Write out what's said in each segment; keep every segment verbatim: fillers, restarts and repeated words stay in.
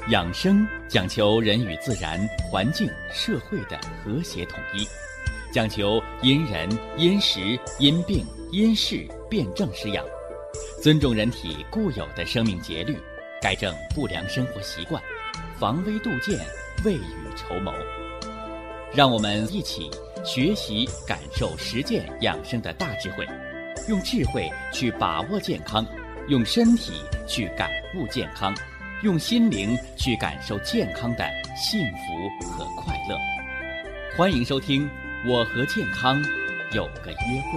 养生讲求人与自然、环境、社会的和谐统一，讲求因人、因时、因病、因事辨证施养，尊重人体固有的生命节律，改正不良生活习惯，防微杜渐，未雨绸缪。让我们一起学习、感受、实践养生的大智慧，用智慧去把握健康，用身体去感悟健康，用心灵去感受健康的幸福和快乐。欢迎收听《我和健康有个约会》。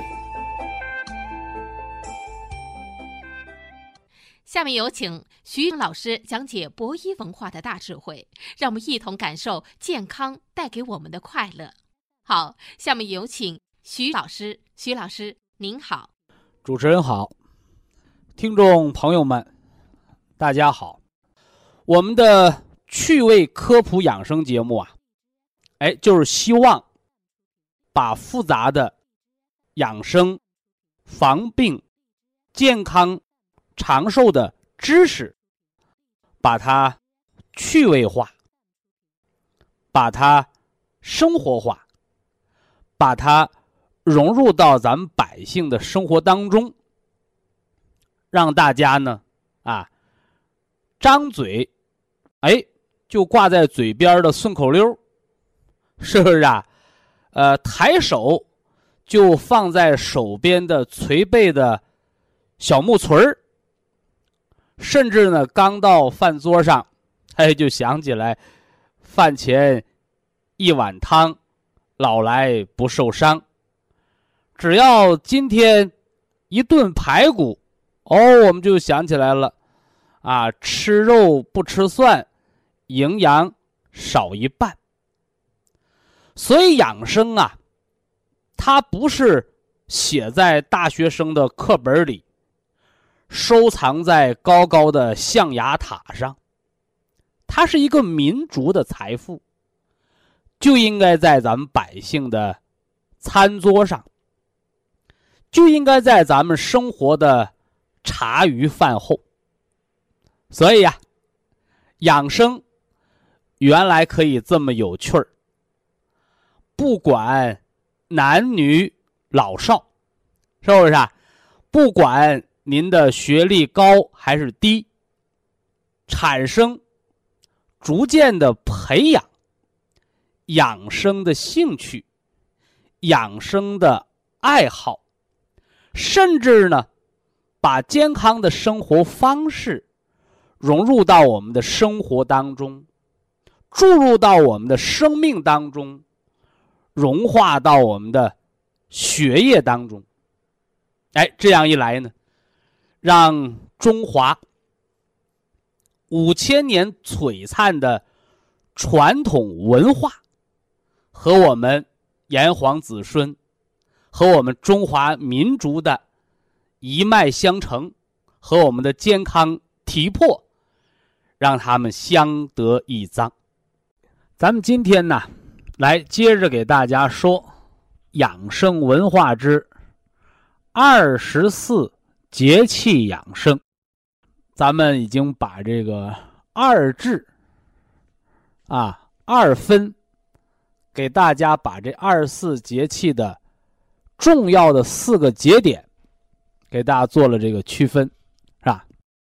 下面有请徐老师讲解博医文化的大智慧，让我们一同感受健康带给我们的快乐。好，下面有请徐老师。徐老师您好。 主持人好，听众朋友们大家好。我们的趣味科普养生节目啊，哎，就是希望把复杂的养生、防病、健康、长寿的知识，把它趣味化，把它生活化，把它融入到咱们百姓的生活当中，让大家呢啊张嘴哎就挂在嘴边的顺口溜，是不是啊？呃，抬手就放在手边的捶背的小木锤儿，甚至呢刚到饭桌上，哎就想起来饭前一碗汤，老来不受伤。只要今天一顿排骨，哦，我们就想起来了啊，吃肉不吃蒜，营养少一半。所以养生啊，它不是写在大学生的课本里，收藏在高高的象牙塔上，它是一个民族的财富，就应该在咱们百姓的餐桌上，就应该在咱们生活的茶余饭后。所以呀、啊，养生原来可以这么有趣儿，不管男女老少，是不是啊？不管您的学历高还是低，产生逐渐的培养养生的兴趣、养生的爱好，甚至呢把健康的生活方式融入到我们的生活当中，注入到我们的生命当中，融化到我们的血液当中。哎，这样一来呢，让中华五千年璀璨的传统文化和我们炎黄子孙和我们中华民族的一脉相承和我们的健康体魄，让他们相得益彰。咱们今天呢，来接着给大家说养生文化之二十四节气养生。咱们已经把这个二至啊二分给大家把这二十四节气的重要的四个节点给大家做了这个区分，是吧？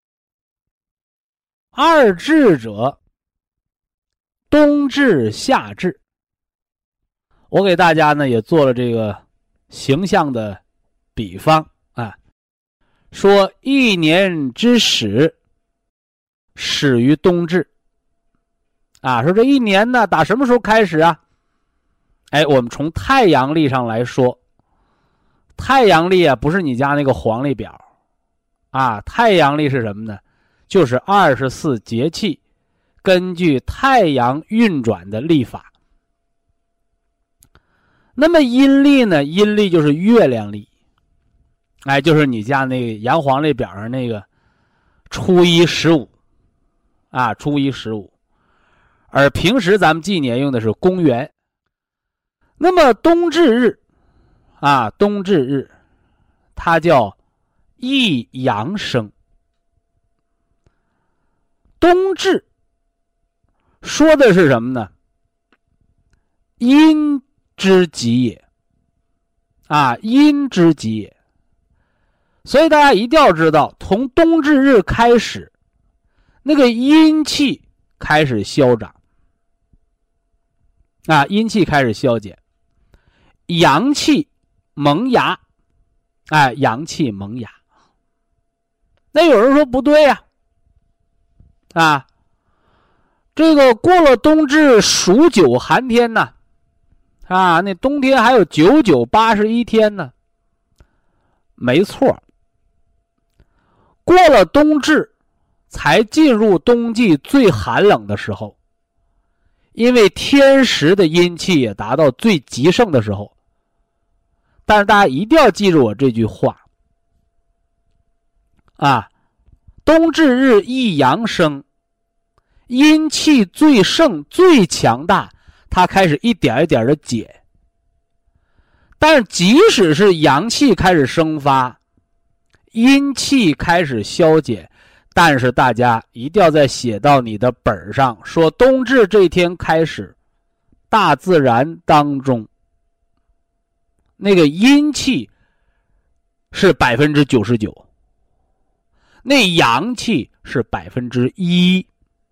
二至者，冬至、夏至。我给大家呢也做了这个形象的比方啊，说一年之始始于冬至啊，说这一年呢打什么时候开始啊？哎，我们从太阳历上来说，太阳历啊不是你家那个黄历表啊，太阳历是什么呢？就是二十四节气根据太阳运转的历法。那么阴历呢？阴历就是月亮历，哎，就是你家那个阳黄历表上那个初一十五啊，初一十五。而平时咱们纪年用的是公元。那么冬至日啊，冬至日它叫一阳生。冬至说的是什么呢？阴之极也啊，阴之极也。所以大家一定要知道，从冬至日开始，那个阴气开始消长啊，阴气开始消减，阳气萌芽，哎，阳气萌芽。那有人说不对呀、啊，啊，这个过了冬至数九寒天呢，啊，那冬天还有九九八十一天呢。没错，过了冬至，才进入冬季最寒冷的时候，因为天时的阴气也达到最极盛的时候。但是大家一定要记住我这句话啊，冬至日一阳生，阴气最盛最强大，它开始一点一点的减。但是即使是阳气开始生发，阴气开始消减，但是大家一定要再写到你的本上，说冬至这天开始，大自然当中那个阴气是百分之九十九，那阳气是百分之一，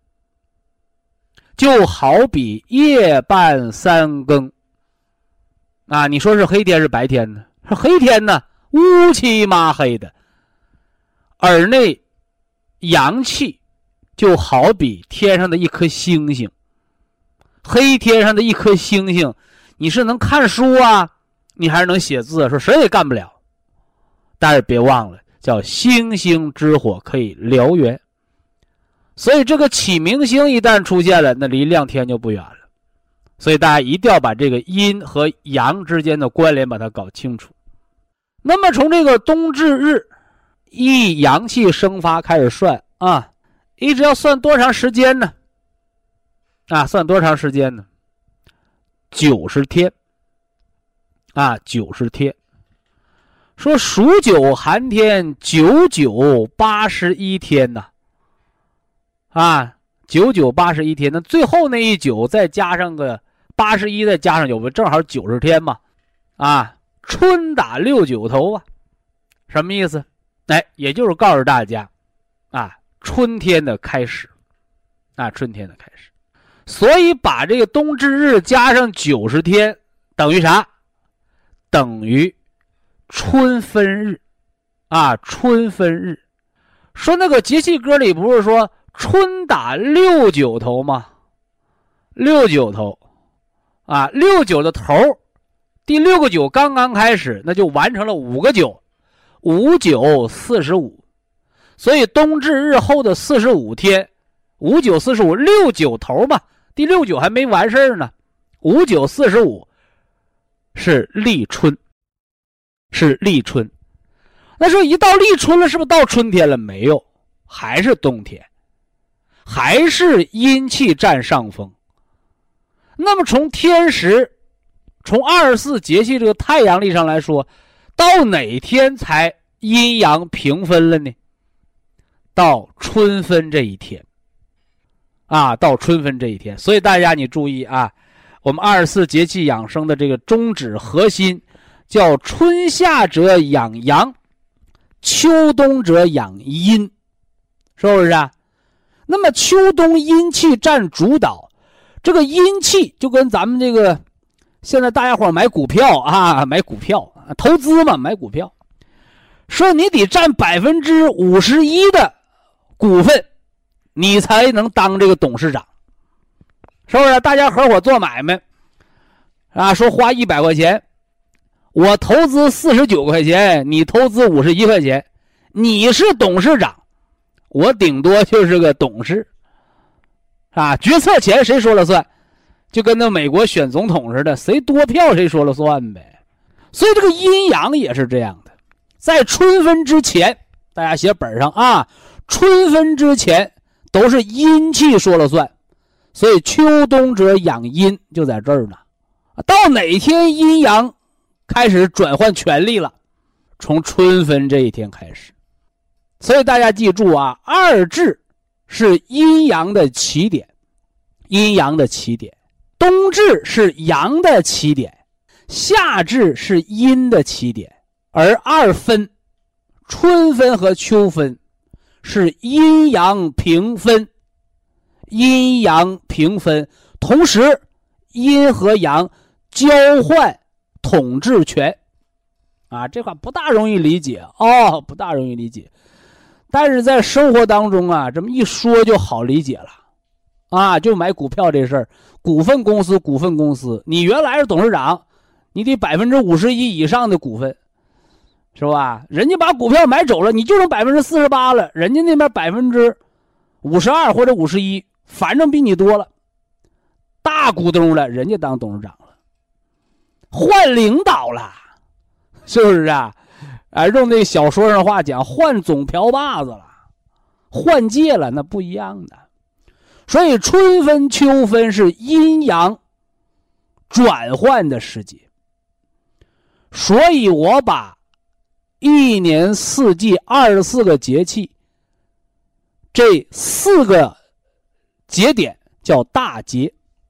就好比夜半三更啊，你说是黑天是白天呢？是黑天呢，乌漆麻黑的，而那阳气就好比天上的一颗星星，黑天上的一颗星星，你是能看书啊，你还是能写字，说谁也干不了。但是别忘了，叫星星之火可以燎原。所以这个启明星一旦出现了，那离亮天就不远了。所以大家一定要把这个阴和阳之间的关联把它搞清楚。那么从这个冬至日一阳气生发开始算啊，一直要算多长时间呢？啊，算多长时间呢？九十天啊，九十天。说数九寒天，九九八十一天呢，啊，九九八十一天，那最后那一九再加上个八十一，再加上有个正好九十天嘛，啊，春打六九头啊，什么意思？哎，也就是告诉大家，啊，春天的开始，啊，春天的开始。所以把这个冬至日加上九十天，等于啥？等于春分日，啊，春分日。说那个节气歌里不是说春打六九头吗？六九头，啊，六九的头，第六个九刚刚开始，那就完成了五个九，五九四十五。所以冬至日后的四十五天，五九四十五，六九头嘛，第六九还没完事儿呢，五九四十五是立春，是立春。那说一到立春了，是不是到春天了？没有，还是冬天，还是阴气占上风。那么从天时，从二十四节气这个太阳历上来说，到哪天才阴阳平分了呢？到春分这一天，啊，到春分这一天。所以大家你注意啊，我们二十四节气养生的这个宗旨核心叫春夏者养阳，秋冬者养阴，是不是啊？那么秋冬阴气占主导，这个阴气就跟咱们这个现在大家伙买股票啊，买股票投资嘛，买股票，说你得占百分之五十一的股份，你才能当这个董事长，是不是？大家合伙做买卖啊，说花一百块钱，我投资四十九块钱，你投资五十一块钱，你是董事长，我顶多就是个董事啊，决策权谁说了算？就跟那美国选总统似的，谁多票谁说了算呗。所以这个阴阳也是这样的，在春分之前，大家写本上啊，春分之前都是阴气说了算，所以秋冬者养阴就在这儿呢。到哪天阴阳开始转换权力了？从春分这一天开始。所以大家记住啊，二至是阴阳的起点， 阴阳的起点，冬至是阳的起点，夏至是阴的起点，而二分，春分和秋分是阴阳平分，阴阳平分，同时阴和阳交换统治权。啊，这话不大容易理解哦，不大容易理解，但是在生活当中啊，这么一说就好理解了。啊，就买股票这事儿，股份公司，股份公司，你原来是董事长，你得百分之五十一以上的股份，是吧？人家把股票买走了，你就剩百分之四十八了，人家那边百分之五十二或者五十一，反正比你多了，大股东了，人家当董事长了，换领导了。是不是啊？啊，用那小说上话讲，换总瓢把子了，换届了，那不一样的。所以春分、秋分是阴阳转换的时节。所以我把一年四季二十四个节气这四个节点叫大节。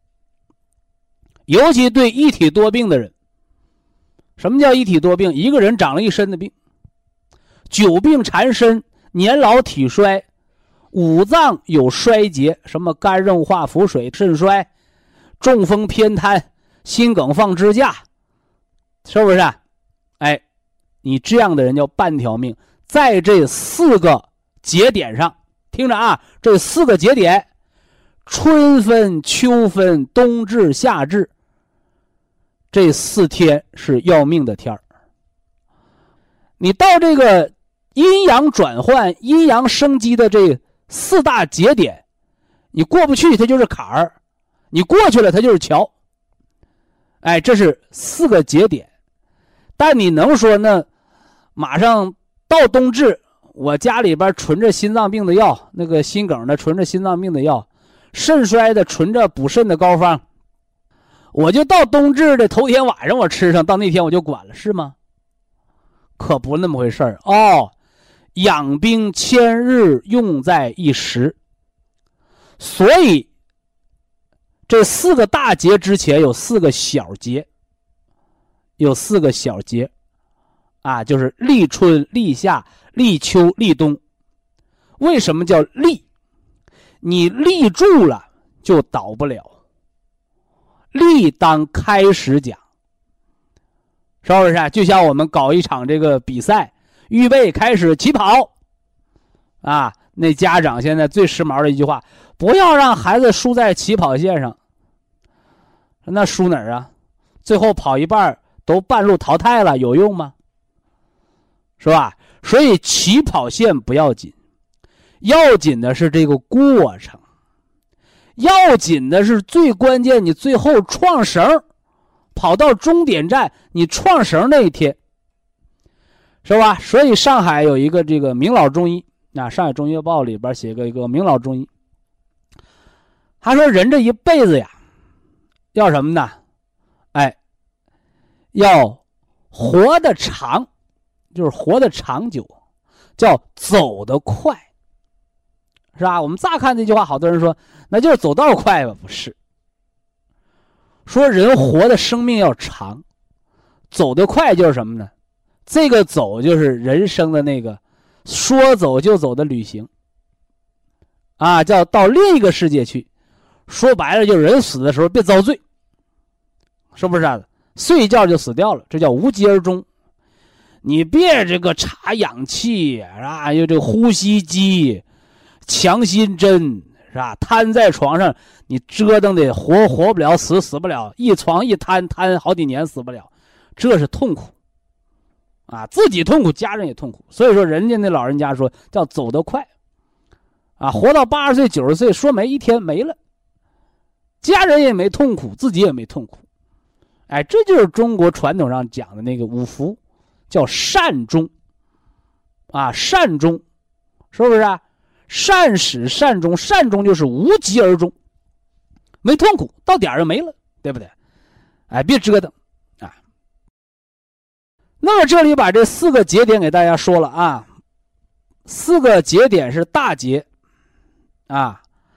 尤其对一体多病的人，什么叫一体多病？一个人长了一身的病，久病缠身，年老体衰，五脏有衰竭，什么肝硬化、腹水、肾衰、中风偏瘫、心梗放支架，是不是？哎，你这样的人叫半条命。在这四个节点上，听着啊，这四个节点，春分、秋分、冬至、夏至，这四天是要命的天儿。你到这个阴阳转换、阴阳生机的这四大节点，你过不去它就是坎儿，你过去了它就是桥。哎，这是四个节点。但你能说那马上到冬至，我家里边存着心脏病的药，那个心梗的存着心脏病的药，肾衰的存着补肾的膏方，我就到冬至的头天晚上我吃上，到那天我就管了，是吗？可不那么回事儿哦。养兵千日，用在一时。所以这四个大节之前有四个小节，有四个小节啊，就是立春、立夏、立秋、立冬。为什么叫立？你立住了就倒不了。立当开始讲，是不是？就像我们搞一场这个比赛，预备开始起跑啊，那家长现在最时髦的一句话，不要让孩子输在起跑线上。那输哪儿啊？最后跑一半都半路淘汰了，有用吗？是吧？所以起跑线不要紧，要紧的是这个过程，要紧的是最关键，你最后创绳，跑到终点站，你创绳那一天，是吧？所以上海有一个这个名老中医啊，上海中医月报里边写个一个名老中医，他说人这一辈子呀，要什么呢？哎，要活得长，就是活得长久，叫走得快，是吧？我们乍看这句话，好多人说那就是走道快吧？不是，说人活的生命要长，走得快就是什么呢？这个走就是人生的那个说走就走的旅行啊，叫到另一个世界去。说白了，就是人死的时候别遭罪，是不是啊？睡一觉就死掉了，这叫无疾而终。你别这个插氧气啊，又这个呼吸机、强心针，是吧？瘫在床上，你折腾的活活不了，死死不了，一床一瘫瘫好几年死不了，这是痛苦啊！自己痛苦，家人也痛苦。所以说，人家那老人家说叫走得快啊，活到八十岁、九十岁，说没一天没了，家人也没痛苦，自己也没痛苦。哎，这就是中国传统上讲的那个五福，叫善终啊，善终，是不是啊？善始善终，善终就是无疾而终，没痛苦，到点儿就没了，对不对？哎，别折腾啊。那么这里把这四个节点给大家说了啊，四个节点是大节啊，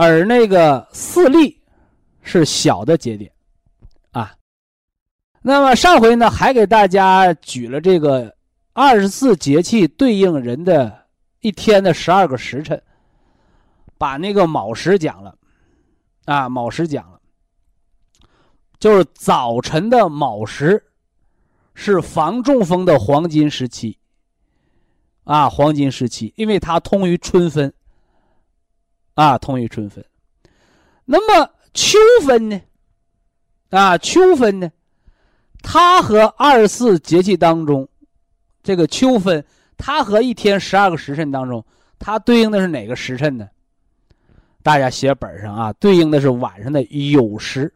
而那个四立是小的节点啊。那么上回呢，还给大家举了这个二十四节气对应人的一天的十二个时辰，把那个卯时讲了啊，卯时讲了，就是早晨的卯时是防中风的黄金时期啊，黄金时期，因为它通于春分啊，通于春分。那么秋分呢？啊，秋分呢？它和二十四节气当中，这个秋分，它和一天十二个时辰当中，它对应的是哪个时辰呢？大家写本上啊，对应的是晚上的酉时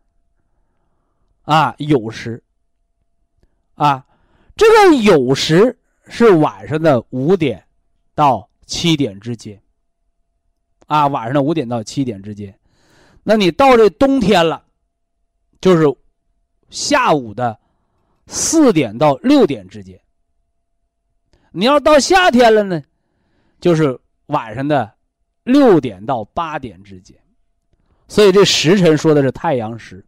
啊，酉时啊，这个酉时是晚上的五点到七点之间啊，晚上的五点到七点之间。那你到这冬天了，就是下午的四点到六点之间。你要到夏天了呢，就是晚上的六点到八点之间。所以这时辰说的是太阳时。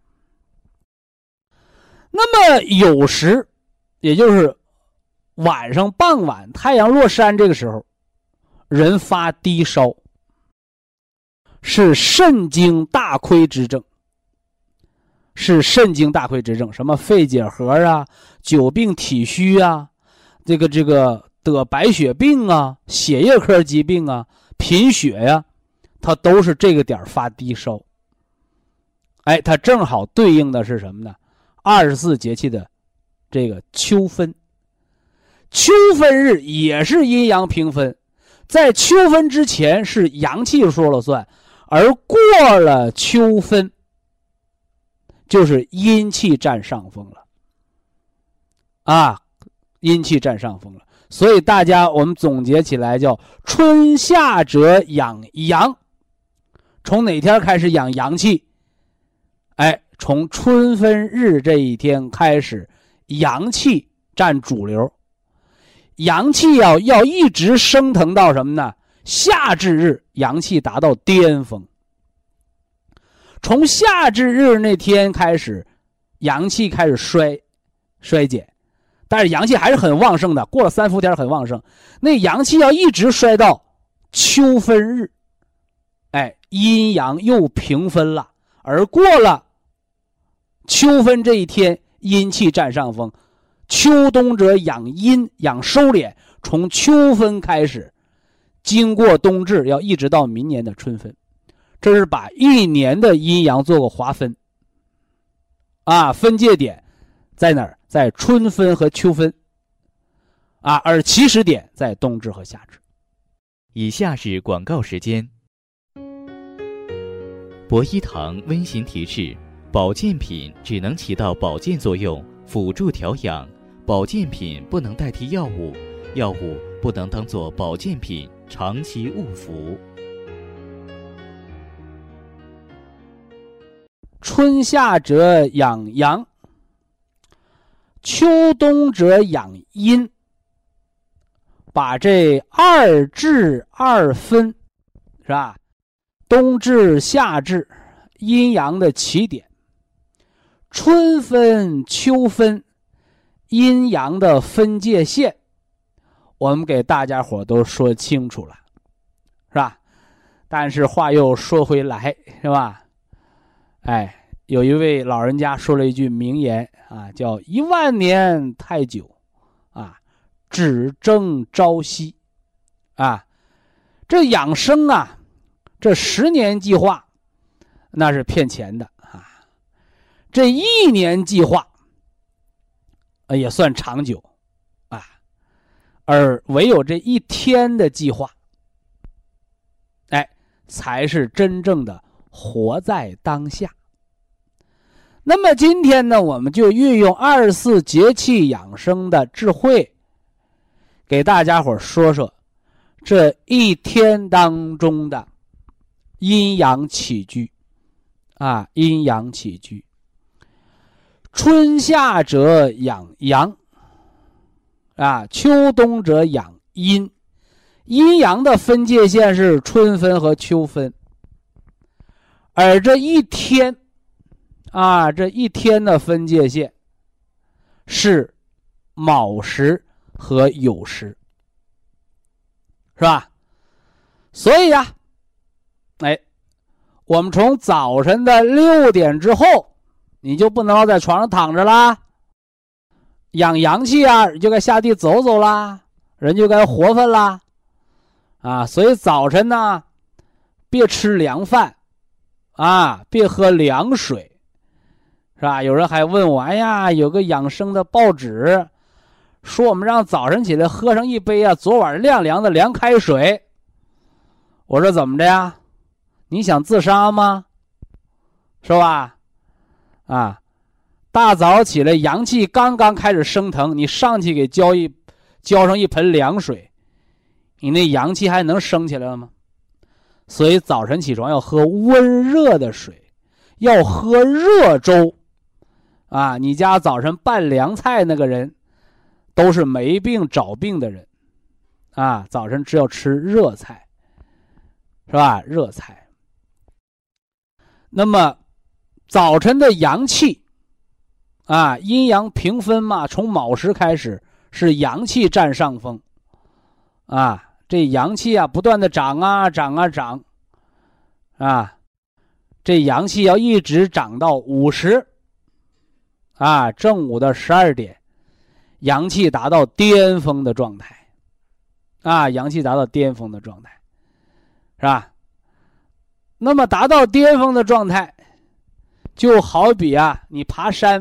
那么酉时，也就是晚上傍晚太阳落山这个时候，人发低烧，是肾经大亏之症，是肾经大亏之症，什么肺结核啊、久病体虚啊，这个这个得白血病啊、血液科疾病啊、贫血呀、啊，它都是这个点发低烧。哎，它正好对应的是什么呢？二十四节气的这个秋分。秋分日也是阴阳平分，在秋分之前是阳气说了算，而过了秋分就是阴气占上风了啊，阴气占上风了。所以大家我们总结起来叫春夏者养阳。从哪天开始养阳气？哎，从春分日这一天开始，阳气占主流。阳气要要一直升腾到什么呢？夏至日阳气达到巅峰。从夏至日那天开始，阳气开始衰衰减，但是阳气还是很旺盛的，过了三伏天很旺盛。那阳气要一直衰到秋分日，哎，阴阳又平分了，而过了秋分这一天，阴气占上风。秋冬者养阴养收敛，从秋分开始，经过冬至，要一直到明年的春分。这是把一年的阴阳做个划分啊，分界点在哪儿？在春分和秋分啊，而起始点在冬至和夏至。 以下是广告时间。博一堂温馨提示：保健品只能起到保健作用，辅助调养，保健品不能代替药物，药物不能当作保健品长期误服。 春夏者养阳，秋冬者养阴，把这二至二分，是吧？冬至、夏至，阴阳的起点；春分、秋分，阴阳的分界线，我们给大家伙都说清楚了，是吧？但是话又说回来，是吧？哎，有一位老人家说了一句名言啊，叫一万年太久啊，只争朝夕啊。这养生啊，这十年计划那是骗钱的啊，这一年计划也算长久啊，而唯有这一天的计划，哎，才是真正的活在当下。那么今天呢，我们就运用二十四节气养生的智慧，给大家伙说说这一天当中的阴阳起居啊，阴阳起居。春夏者养阳啊，秋冬者养阴。阴阳的分界线是春分和秋分而这一天啊，这一天的分界线是卯时和酉时，是吧？所以呀，哎，我们从早晨的六点之后，你就不能在床上躺着啦，养阳气啊，人就该下地走走啦，人就该活泛啦，啊，所以早晨呢，别吃凉饭，啊，别喝凉水，是吧？有人还问我，哎呀，有个养生的报纸说我们让早晨起来喝上一杯啊，昨晚晾凉的凉开水。我说怎么着呀？你想自杀吗？是吧？啊，大早起来阳气刚刚开始升腾，你上去给浇一浇上一盆凉水，你那阳气还能升起来了吗？所以早晨起床要喝温热的水，要喝热粥。啊，你家早晨拌凉菜那个人都是没病找病的人，啊，早晨只要吃热菜，是吧？热菜。那么早晨的阳气啊，阴阳平分嘛，从卯时开始是阳气占上风啊，这阳气啊不断的长啊长啊长啊，这阳气要一直长到午时啊，正午的十二点，阳气达到巅峰的状态啊，阳气达到巅峰的状态，是吧？那么达到巅峰的状态，就好比啊，你爬山，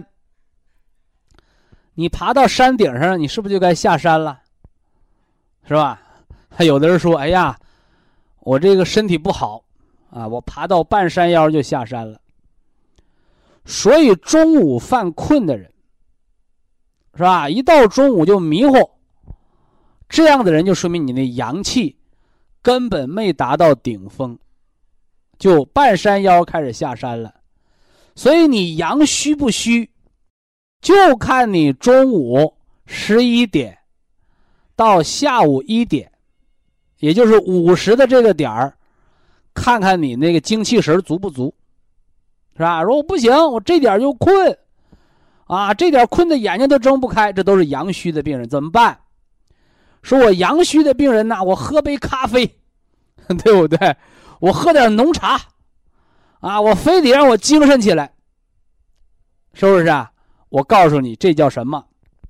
你爬到山顶上，你是不是就该下山了？是吧？还有的人说，哎呀，我这个身体不好啊，我爬到半山腰就下山了。所以中午犯困的人，是吧？一到中午就迷糊，这样的人就说明你的阳气根本没达到顶峰，就半山腰开始下山了。所以你阳虚不虚，就看你中午十一点到下午一点，也就是午时的这个点儿，看看你那个精气神足不足，是吧？如果不行，我这点就困啊，这点困的眼睛都睁不开，这都是阳虚的病人，怎么办？说我阳虚的病人呢，我喝杯咖啡，对不对？我喝点浓茶啊，我非得让我精神起来，是不是啊？我告诉你，这叫什么？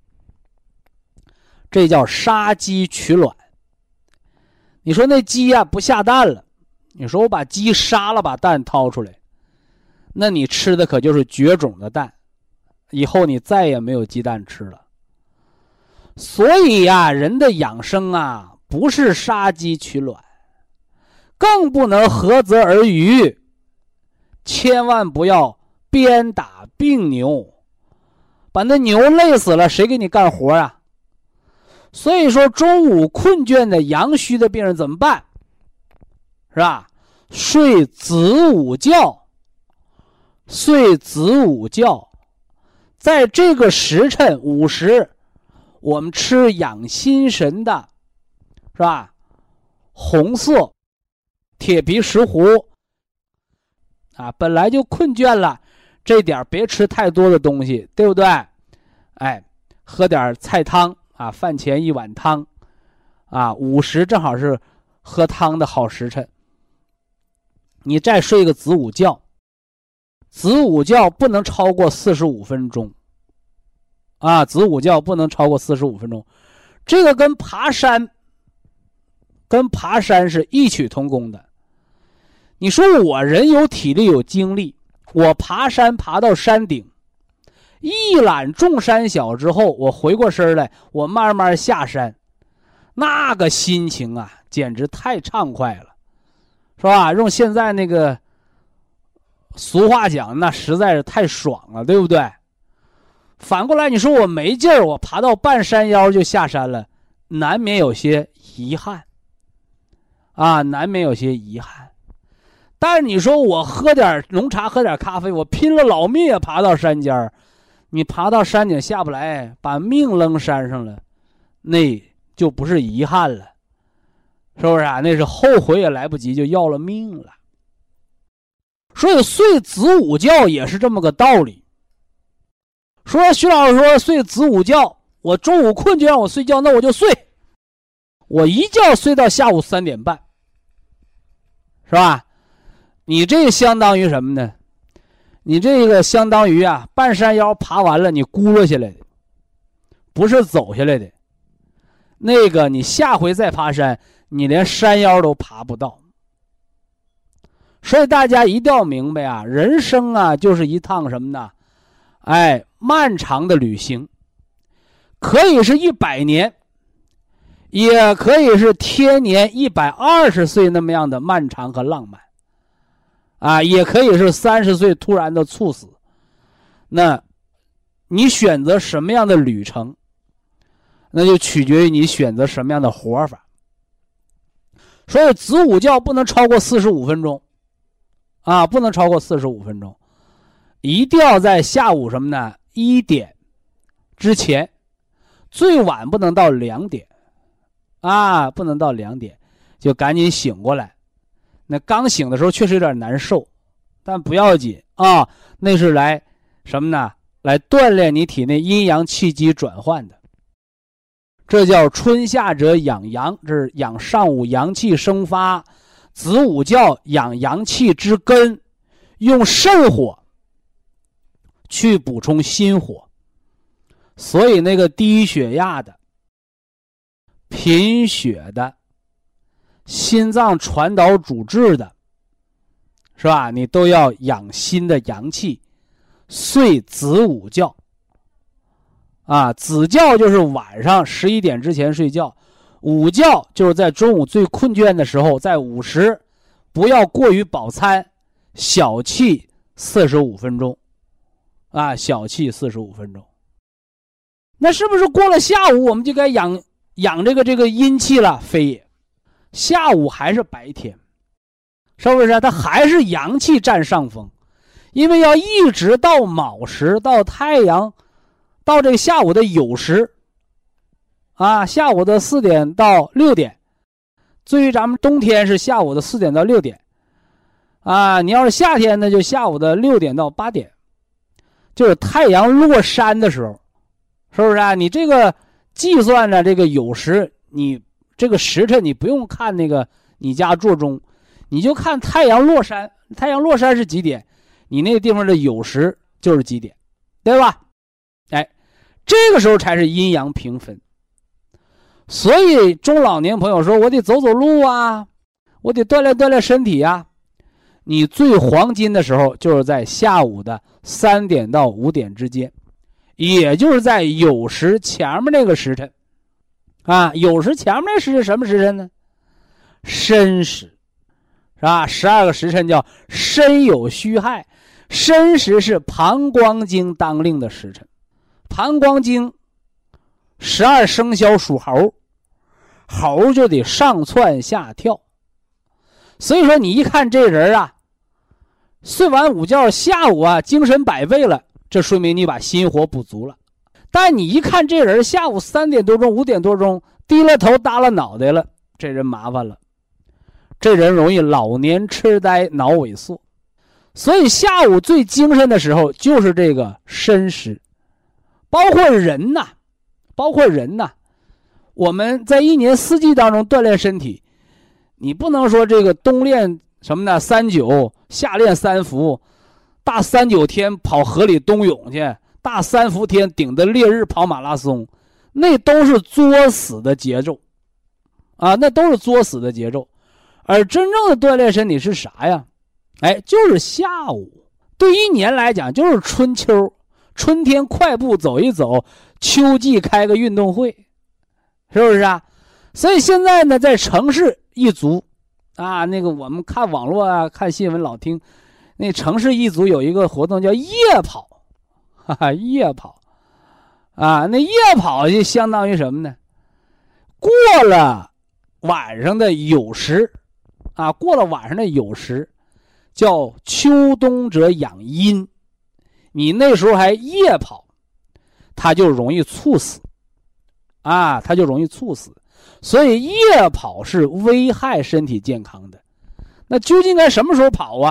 这叫杀鸡取卵。你说那鸡呀、啊、不下蛋了，你说我把鸡杀了，把蛋掏出来，那你吃的可就是绝种的蛋，以后你再也没有鸡蛋吃了。所以呀、啊，人的养生啊，不是杀鸡取卵，更不能涸泽而渔，千万不要鞭打病牛，把那牛累死了，谁给你干活啊？所以说中午困倦的阳虚的病人怎么办？是吧？睡子午觉，睡子午觉，在这个时辰午时，我们吃养心神的，是吧？红色铁皮石斛啊，本来就困倦了，这点别吃太多的东西，对不对？哎，喝点菜汤啊，饭前一碗汤啊，午时正好是喝汤的好时辰。你再睡个子午觉，子午觉不能超过四十五分钟啊，子午觉不能超过四十五分钟。这个跟爬山跟爬山是异曲同工的。你说我人有体力有精力，我爬山爬到山顶，一览众山小之后，我回过身来，我慢慢下山，那个心情啊简直太畅快了，是吧？用现在那个俗话讲，那实在是太爽了，对不对？反过来你说我没劲儿，我爬到半山腰就下山了，难免有些遗憾啊，难免有些遗憾。但是你说我喝点浓茶，喝点咖啡，我拼了老命也爬到山尖，你爬到山顶下不来，把命扔山上了，那就不是遗憾了，是不是啊？那是后悔也来不及，就要了命了。 所以睡子午觉也是这么个道理。说徐老师说睡子午觉，我中午困就让我睡觉，那我就睡，我一觉睡到下午三点半，是吧？你这相当于什么呢？你这个相当于啊，半山腰爬完了，你咕噜下来的，不是走下来的。那个你下回再爬山，你连山腰都爬不到。所以大家一定要明白啊，人生啊就是一趟什么呢？哎，漫长的旅行，可以是一百年，也可以是天年一百二十岁那么样的漫长和浪漫，啊，也可以是三十岁突然的猝死。那，你选择什么样的旅程，那就取决于你选择什么样的活法。所以子午觉不能超过四十五分钟，啊，不能超过四十五分钟。一定要在下午什么呢？一点之前，最晚不能到两点，啊，不能到两点，就赶紧醒过来。那刚醒的时候确实有点难受，但不要紧啊，那是来什么呢？来锻炼你体内阴阳气机转换的。这叫春夏者养阳，这是养上午阳气生发，子午觉养阳气之根，用肾火去补充心火。所以那个低血压的、贫血的、心脏传导阻滞的，是吧？你都要养心的阳气，睡子午觉。啊，子觉就是晚上十一点之前睡觉，午觉就是在中午最困倦的时候，在午时不要过于饱餐，小憩四十五分钟，啊，小憩四十五分钟。那是不是过了下午我们就该养养这个这个阴气了？非也，下午还是白天，是不是？它还是阳气占上风，因为要一直到卯时，到太阳。到这个下午的酉时，啊，下午的四点到六点，至于咱们冬天是下午的四点到六点，啊，你要是夏天呢，就下午的六点到八点，就是太阳落山的时候，是不是啊？你这个计算着这个酉时，你这个时辰你不用看那个你家座钟，你就看太阳落山，太阳落山是几点，你那个地方的酉时就是几点，对吧？哎。这个时候才是阴阳平分。所以中老年朋友说，我得走走路啊，我得锻炼锻炼身体啊。你最黄金的时候就是在下午的三点到五点之间，也就是在酉时前面那个时辰啊。酉时前面那时辰什么时辰呢？申时，是吧？十二个时辰叫申酉戌亥，申时是膀胱经当令的时辰。膀胱经十二生肖属猴，猴就得上窜下跳。所以说你一看这人啊，睡完午觉下午啊精神百倍了，这说明你把心火补足了。但你一看这人下午三点多钟五点多钟低了头耷了脑袋了，这人麻烦了，这人容易老年痴呆脑萎缩。所以下午最精神的时候就是这个申时。包括人呐，包括人呐，我们在一年四季当中锻炼身体，你不能说这个冬练什么呢？三九，夏练三伏，大三九天跑河里冬泳去，大三伏天顶着烈日跑马拉松，那都是作死的节奏，啊，那都是作死的节奏。而真正的锻炼身体是啥呀？哎，就是下午。对一年来讲，就是春秋。春天快步走一走，秋季开个运动会，是不是啊？所以现在呢，在城市一族啊，那个我们看网络啊，看新闻老听，那城市一族有一个活动叫夜跑，哈哈，夜跑啊，那夜跑就相当于什么呢？过了晚上的酉时啊，过了晚上的酉时，叫秋冬者养阴。你那时候还夜跑，他就容易猝死，啊，他就容易猝死。所以夜跑是危害身体健康的。那究竟该什么时候跑啊？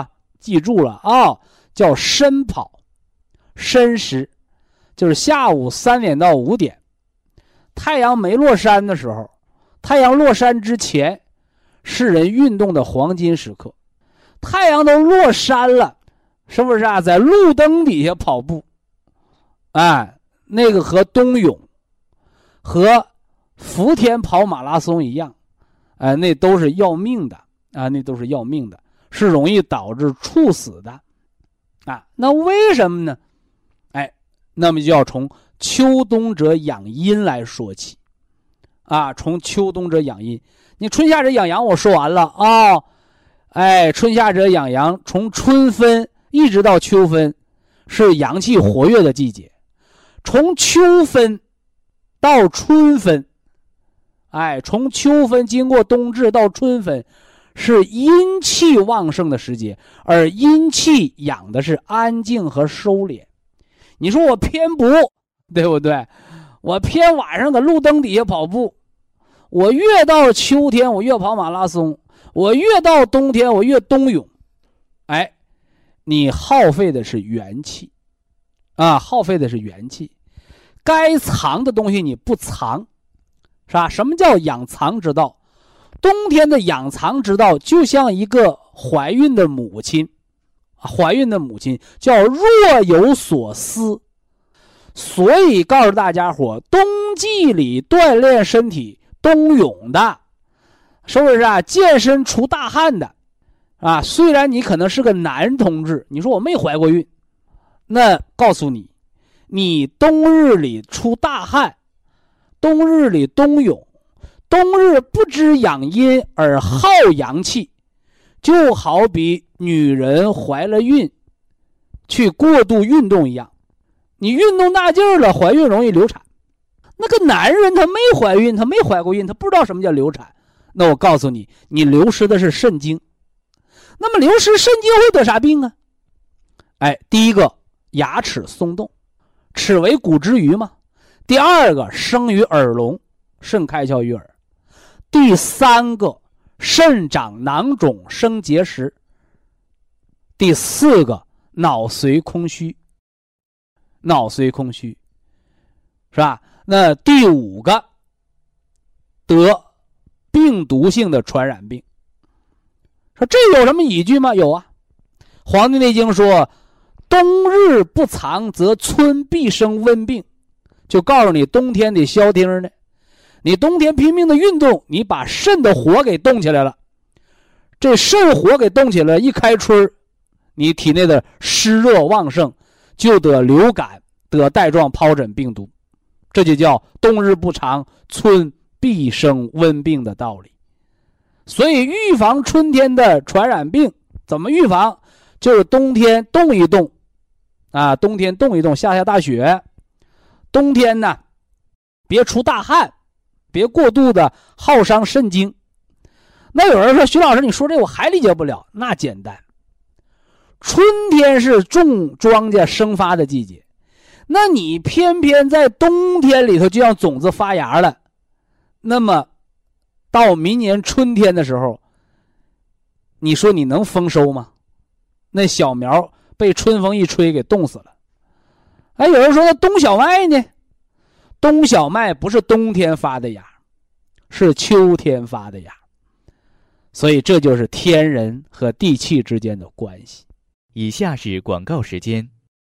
记住了啊、哦，叫申跑，申时就是下午三点到五点，太阳没落山的时候，太阳落山之前是人运动的黄金时刻。太阳都落山了，是不是啊？在路灯底下跑步，哎，那个和冬泳和伏天跑马拉松一样，哎，那都是要命的啊，那都是要命的，是容易导致猝死的啊。那为什么呢？哎，那么就要从秋冬者养阴来说起啊，从秋冬者养阴。你春夏者养阳我说完了啊、哦，哎，春夏者养阳，从春分一直到秋分是阳气活跃的季节，从秋分到春分，哎，从秋分经过冬至到春分是阴气旺盛的时节，而阴气养的是安静和收敛。你说我偏不，对不对？我偏晚上在路灯底下跑步，我越到秋天我越跑马拉松，我越到冬天我越冬泳，哎，你耗费的是元气啊，耗费的是元气。该藏的东西你不藏，是吧？什么叫养藏之道？冬天的养藏之道就像一个怀孕的母亲，怀孕的母亲叫若有所思。所以告诉大家伙，冬季里锻炼身体冬泳的，是不是啊？健身出大汗的啊，虽然你可能是个男同志，你说我没怀过孕，那告诉你，你冬日里出大汗，冬日里冬泳，冬日不知养阴而耗阳气，就好比女人怀了孕去过度运动一样，你运动大劲儿了，怀孕容易流产。那个男人他没怀孕，他没怀过孕，他不知道什么叫流产。那我告诉你，你流失的是肾精。那么流失肾精会得啥病啊？哎，第一个牙齿松动，齿为骨之余嘛。第二个生于耳聋，肾开窍于耳。第三个肾长囊肿生结石。第四个脑髓空虚，脑髓空虚，是吧？那第五个得病毒性的传染病。说这有什么依据吗？有啊，《黄帝内经》说冬日不藏则春必生温病，就告诉你冬天得消停呢。你冬天拼命的运动，你把肾的火给动起来了，这肾火给动起来，一开春，你体内的湿热旺盛，就得流感，得带状疱疹病毒，这就叫冬日不藏，春必生温病的道理。所以预防春天的传染病怎么预防？就是冬天动一动啊，冬天动一动，下下大雪，冬天呢别出大汗，别过度的耗伤肾精。那有人说，徐老师你说这我还理解不了。那简单，春天是种庄稼生发的季节，那你偏偏在冬天里头就让种子发芽了，那么到明年春天的时候，你说你能丰收吗？那小苗被春风一吹给冻死了。哎，有人说那冬小麦呢？冬小麦不是冬天发的芽，是秋天发的芽。所以这就是天人和地气之间的关系。 以下是广告时间。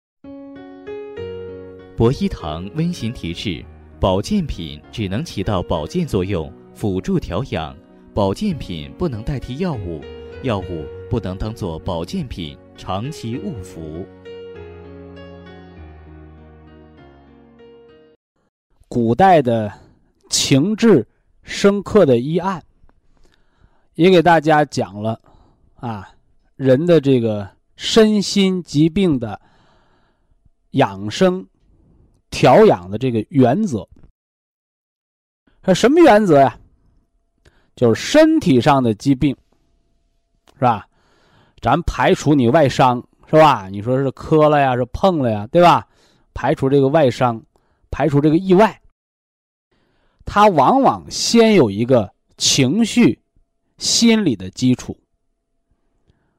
博一堂温馨提示：保健品只能起到保健作用，辅助调养，保健品不能代替药物，药物不能当作保健品长期误服。 古代的情志深刻的医案，也给大家讲了啊，人的这个身心疾病的养生调养的这个原则。什么原则呀？就是身体上的疾病，是吧？咱排除你外伤，是吧？你说是磕了呀，是碰了呀，对吧？排除这个外伤，排除这个意外，它往往先有一个情绪、心理的基础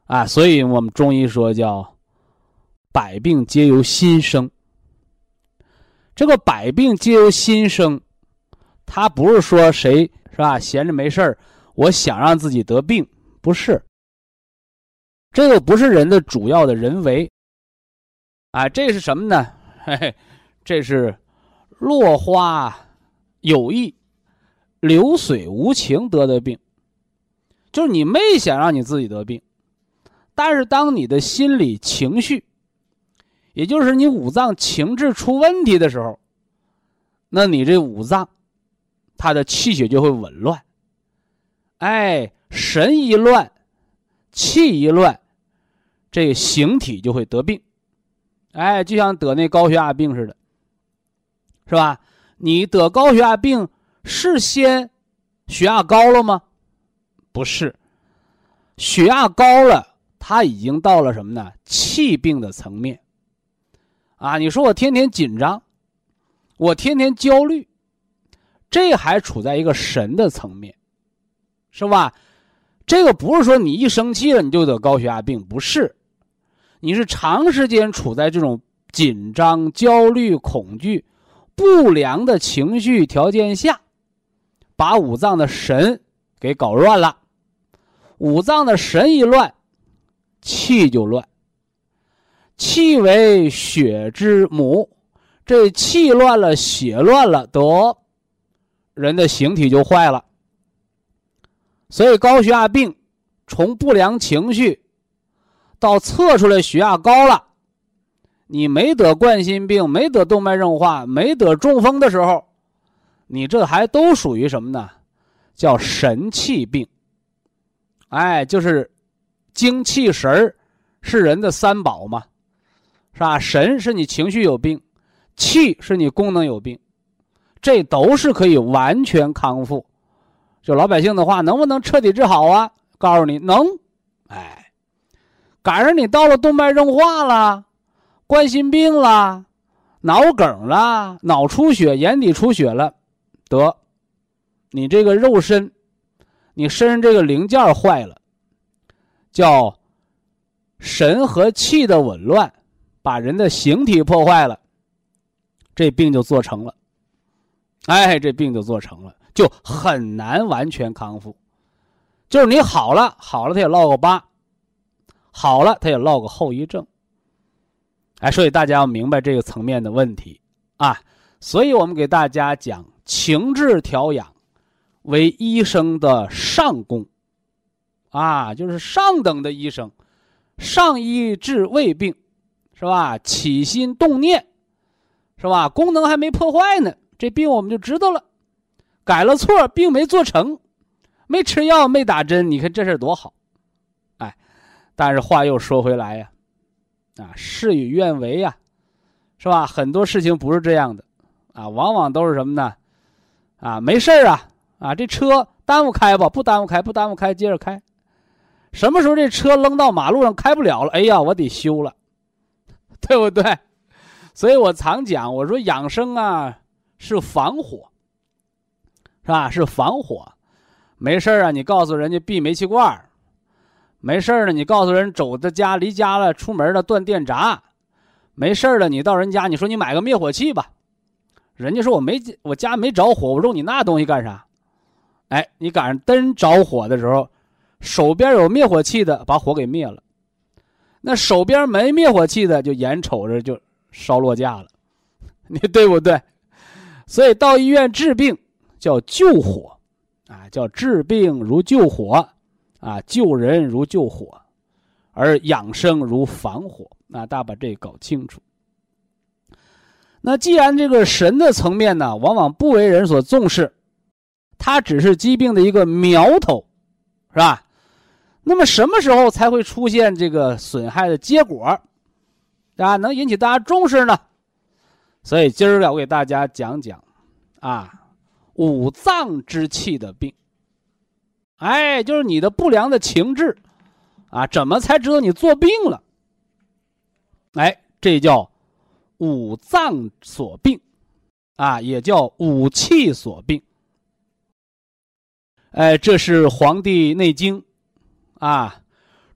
啊，所以我们中医说叫百病皆由心生。这个百病皆由心生，它不是说谁是吧闲着没事儿，我想让自己得病，不是。这个不是人的主要的人为啊，这是什么呢？嘿嘿，这是落花有意，流水无情得的病。就是你没想让你自己得病，但是当你的心理情绪，也就是你五脏情志出问题的时候，那你这五脏它的气血就会紊乱。哎，神一乱，气一乱，这个形体就会得病。哎，就像得那高血压病似的，是吧？你得高血压病是先血压高了吗？不是，血压高了，它已经到了什么呢？气病的层面。啊，你说我天天紧张，我天天焦虑，这还处在一个神的层面，是吧？这个不是说你一生气了你就得高血压病，不是。你是长时间处在这种紧张、焦虑、恐惧、不良的情绪条件下，把五脏的神给搞乱了。五脏的神一乱，气就乱。气为血之母，这气乱了，血乱了，得人的形体就坏了。所以高血压病从不良情绪到测出来血压高了，你没得冠心病，没得动脉硬化，没得中风的时候，你这还都属于什么呢？叫神气病。哎，就是精气神儿是人的三宝嘛，是吧？神是你情绪有病，气是你功能有病，这都是可以完全康复。就老百姓的话，能不能彻底治好啊？告诉你能。哎，赶上你到了动脉硬化了，冠心病了，脑梗了，脑出血，眼底出血了，得你这个肉身，你身上这个零件坏了，叫神和气的紊乱，把人的形体破坏了，这病就做成了。哎，这病就做成了，就很难完全康复。就是你好了，好了它也落个疤，好了它也落个后遗症。哎，所以大家要明白这个层面的问题啊。所以我们给大家讲情志调养为医生的上功啊，就是上等的医生，上医治未病，是吧？起心动念，是吧？功能还没破坏呢，这病我们就知道了。改了错，病没做成，没吃药，没打针，你看这事多好。哎，但是话又说回来呀，啊，事与愿违呀，是吧？很多事情不是这样的啊，往往都是什么呢？啊，没事啊，啊，这车耽误开吧，不耽误开，不耽误开，接着开。什么时候这车扔到马路上开不了了？哎呀，我得修了，对不对？所以我常讲，我说养生啊是防火，是吧？是防火。没事啊，你告诉人家闭煤气罐；没事呢，你告诉人走的家离家了，出门了断电闸；没事了，你到人家你说你买个灭火器吧，人家说我没我家没着火，我用你那东西干啥？哎，你赶上真着火的时候，手边有灭火器的把火给灭了，那手边没灭火器的就眼瞅着就烧落架了，你对不对？所以到医院治病叫救火啊，叫治病如救火啊，救人如救火，而养生如防火啊，大家把这个搞清楚。那既然这个神的层面呢，往往不为人所重视，它只是疾病的一个苗头，是吧？那么什么时候才会出现这个损害的结果啊，能引起大家重视呢？所以今儿个我给大家讲讲啊，五脏之气的病。哎，就是你的不良的情志啊，怎么才知道你做病了？哎，这叫五脏所病啊，也叫五气所病。哎，这是《黄帝内经》啊，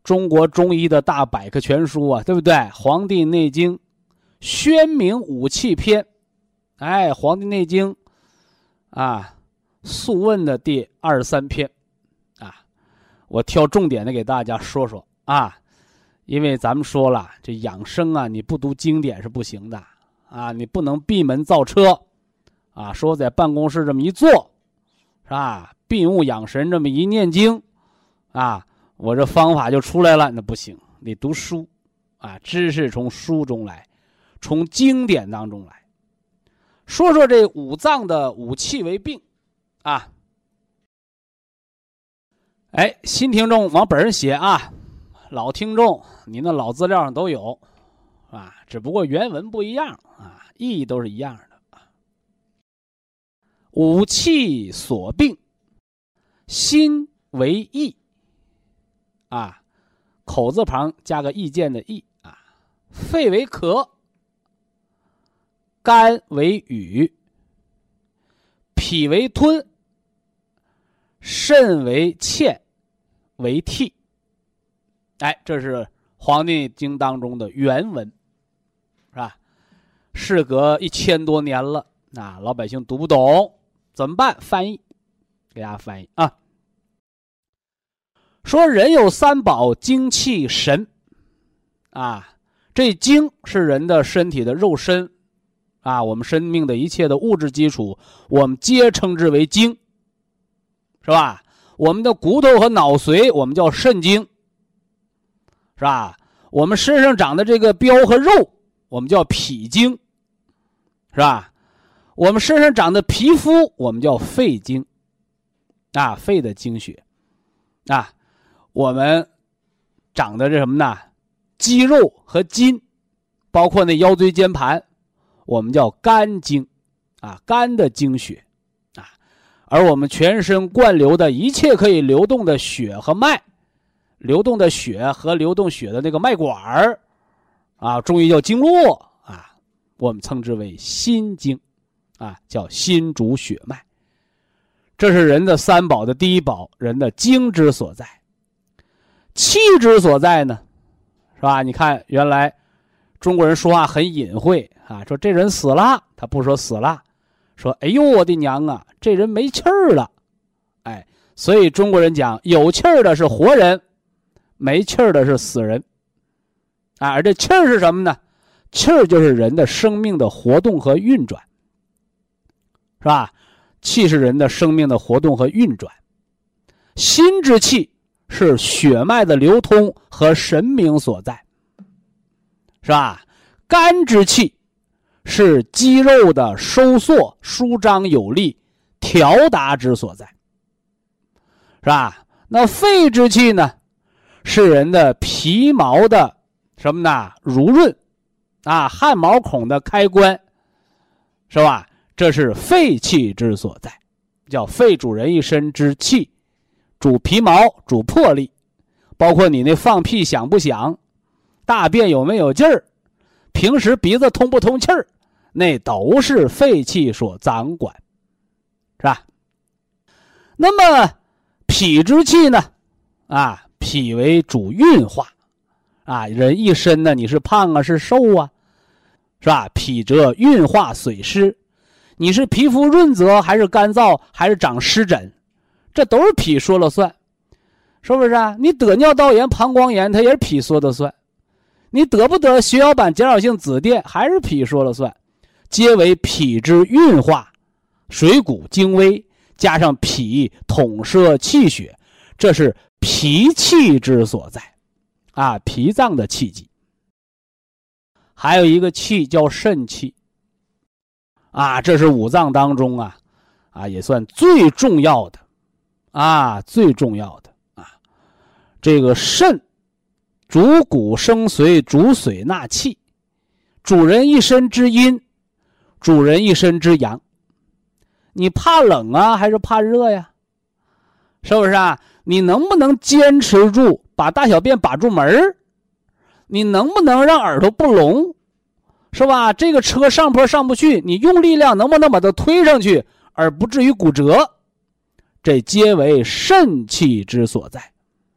中国中医的大百科全书啊，对不对？《黄帝内经·宣明五气篇》，哎，《黄帝内经》啊，《素问》的第二十三篇啊，我挑重点的给大家说说啊，因为咱们说了，这养生啊，你不读经典是不行的啊，你不能闭门造车啊，说在办公室这么一坐，是吧？闭目养神这么一念经啊，我这方法就出来了，那不行，得读书啊，知识从书中来，从经典当中来。说说这五脏的五气为病啊。哎，新听众往本上写啊，老听众你那老资料上都有啊，只不过原文不一样啊，意义都是一样的啊。五气所病，心为意啊，口字旁加个意见的意啊，肺为咳，肝为羽，脾为吞，肾为欠，为涕。哎，这是《黄帝内经》当中的原文，是吧？事隔一千多年了，啊，老百姓读不懂，怎么办？翻译，给大家翻译啊。说人有三宝，精气神，啊，这精是人的身体的肉身，啊，我们生命的一切的物质基础，我们皆称之为精，是吧？我们的骨头和脑髓，我们叫肾精，是吧？我们身上长的这个膘和肉，我们叫脾精，是吧？我们身上长的皮肤，我们叫肺精，啊，肺的精血，啊，我们长的这什么呢？肌肉和筋，包括那腰椎间盘，我们叫肝经，啊，肝的精血，啊，而我们全身灌流的一切可以流动的血和脉，流动的血和流动血的那个脉管儿，啊，中医叫经络啊，我们称之为心经，啊，叫心主血脉。这是人的三宝的第一宝，人的精之所在。气之所在呢，是吧？你看，原来中国人说话很隐晦啊，说这人死了，他不说死了，说哎呦我的娘啊，这人没气儿了，哎，所以中国人讲有气儿的是活人，没气儿的是死人，啊，而这气儿是什么呢？气儿就是人的生命的活动和运转，是吧？气是人的生命的活动和运转，心之气是血脉的流通和神明所在，是吧？肝之气是肌肉的收缩、舒张有力、调达之所在，是吧？那肺之气呢，是人的皮毛的什么呢？濡润啊，汗毛孔的开关，是吧？这是肺气之所在，叫肺主人一身之气，主皮毛，主魄力，包括你那放屁响不响，大便有没有劲儿，平时鼻子通不通气儿，那都是肺气所掌管，是吧？那么脾之气呢？啊，脾为主运化，啊，人一身呢，你是胖啊，是瘦啊，是吧？脾则运化水湿，你是皮肤润泽还是干燥还是长湿疹，这都是脾说了算，是不是啊？你得尿道炎、膀胱炎，它也是脾说的算；你得不得血小板减少性紫癜，还是脾说了算。皆为脾之运化，水谷精微，加上脾统摄气血，这是脾气之所在，啊，脾脏的气机。还有一个气叫肾气，啊，这是五脏当中啊，啊，也算最重要的，啊，最重要的啊。这个肾主骨生髓，主水纳气，主人一身之阴，主人一身之阳。你怕冷啊，还是怕热呀？是不是啊？你能不能坚持住把大小便把住门儿？你能不能让耳朵不聋？是吧？这个车上坡上不去，你用力量能不能把它推上去，而不至于骨折？这皆为肾气之所在，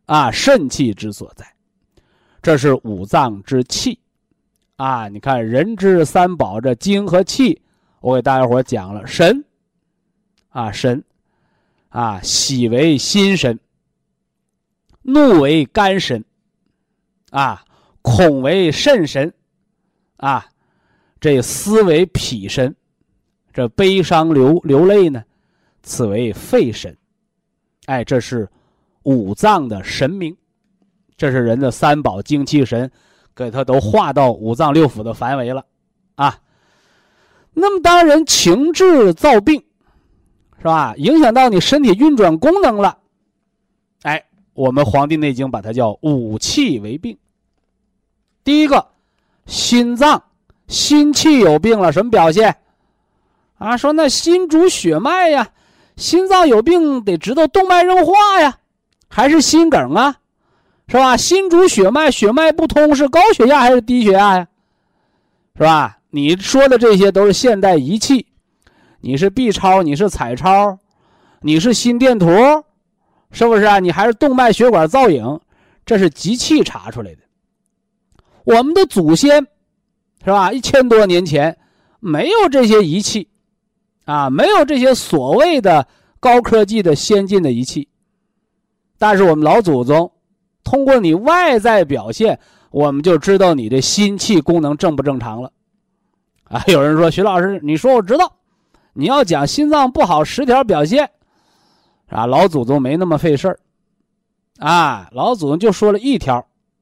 啊，肾气之所在。这是五脏之气啊。你看人之三宝，这精和气我给大家伙讲了。神啊，神啊，喜为心神，怒为肝神啊，恐为肾神啊，这思为脾神，这悲伤流流泪呢，此为肺神。哎，这是五脏的神明，这是人的三宝精气神，给它都划到五脏六腑的范围了啊。那么当人情志造病，是吧？影响到你身体运转功能了，哎，我们《黄帝内经》把它叫五气为病。第一个，心脏心气有病了，什么表现啊？说那心主血脉呀，心脏有病得知道动脉硬化呀，还是心梗啊，是吧？心主血脉，血脉不通是高血压还是低血压呀？是吧？你说的这些都是现代仪器，你是 B 超，你是彩超，你是心电图，是不是啊？你还是动脉血管造影，这是机器查出来的。我们的祖先是吧，一千多年前没有这些仪器啊，没有这些所谓的高科技的先进的仪器，但是我们老祖宗通过你外在表现，我们就知道你的心气功能正不正常了啊。有人说徐老师，你说我知道，你要讲心脏不好十条表现啊，老祖宗没那么费事儿啊，老祖宗就说了一条，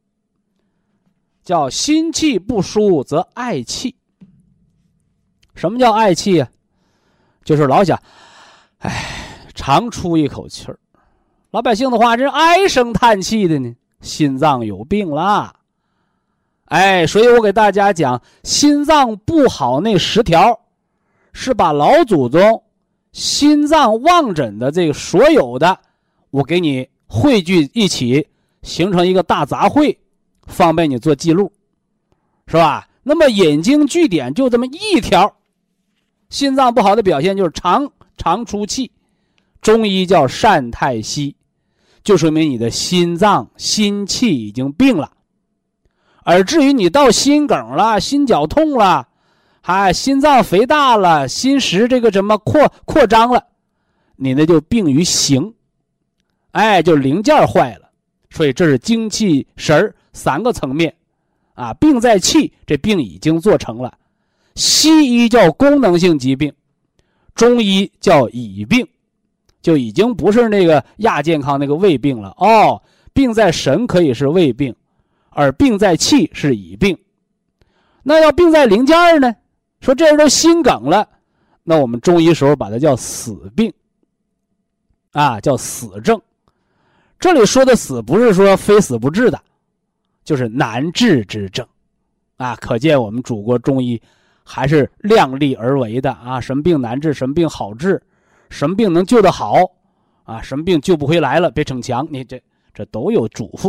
叫心气不舒则嗳气。什么叫嗳气啊？就是老想哎，长出一口气儿。老百姓的话，这唉声叹气的呢，心脏有病啦。哎，所以我给大家讲，心脏不好那十条，是把老祖宗心脏望诊的这个所有的，我给你汇聚一起，形成一个大杂烩，方便你做记录，是吧？那么引经据典就这么一条，心脏不好的表现就是常常出气，中医叫善太息，就说明你的心脏心气已经病了。而至于你到心梗了，心绞痛了，还心脏肥大了，心室这个什么扩扩张了，你那就病于形，哎，就零件坏了。所以这是精气神三个层面啊，病在气，这病已经做成了。西医叫功能性疾病，中医叫乙病，就已经不是那个亚健康那个胃病了哦。病在神可以是胃病，而病在气是乙病。那要病在零件呢？说这人都心梗了，那我们中医时候把它叫死病啊，叫死症。这里说的死不是说非死不治的，就是难治之症啊。可见我们祖国中医还是量力而为的啊，什么病难治，什么病好治，什么病能救得好啊，什么病救不回来了别逞强，你这这都有嘱咐。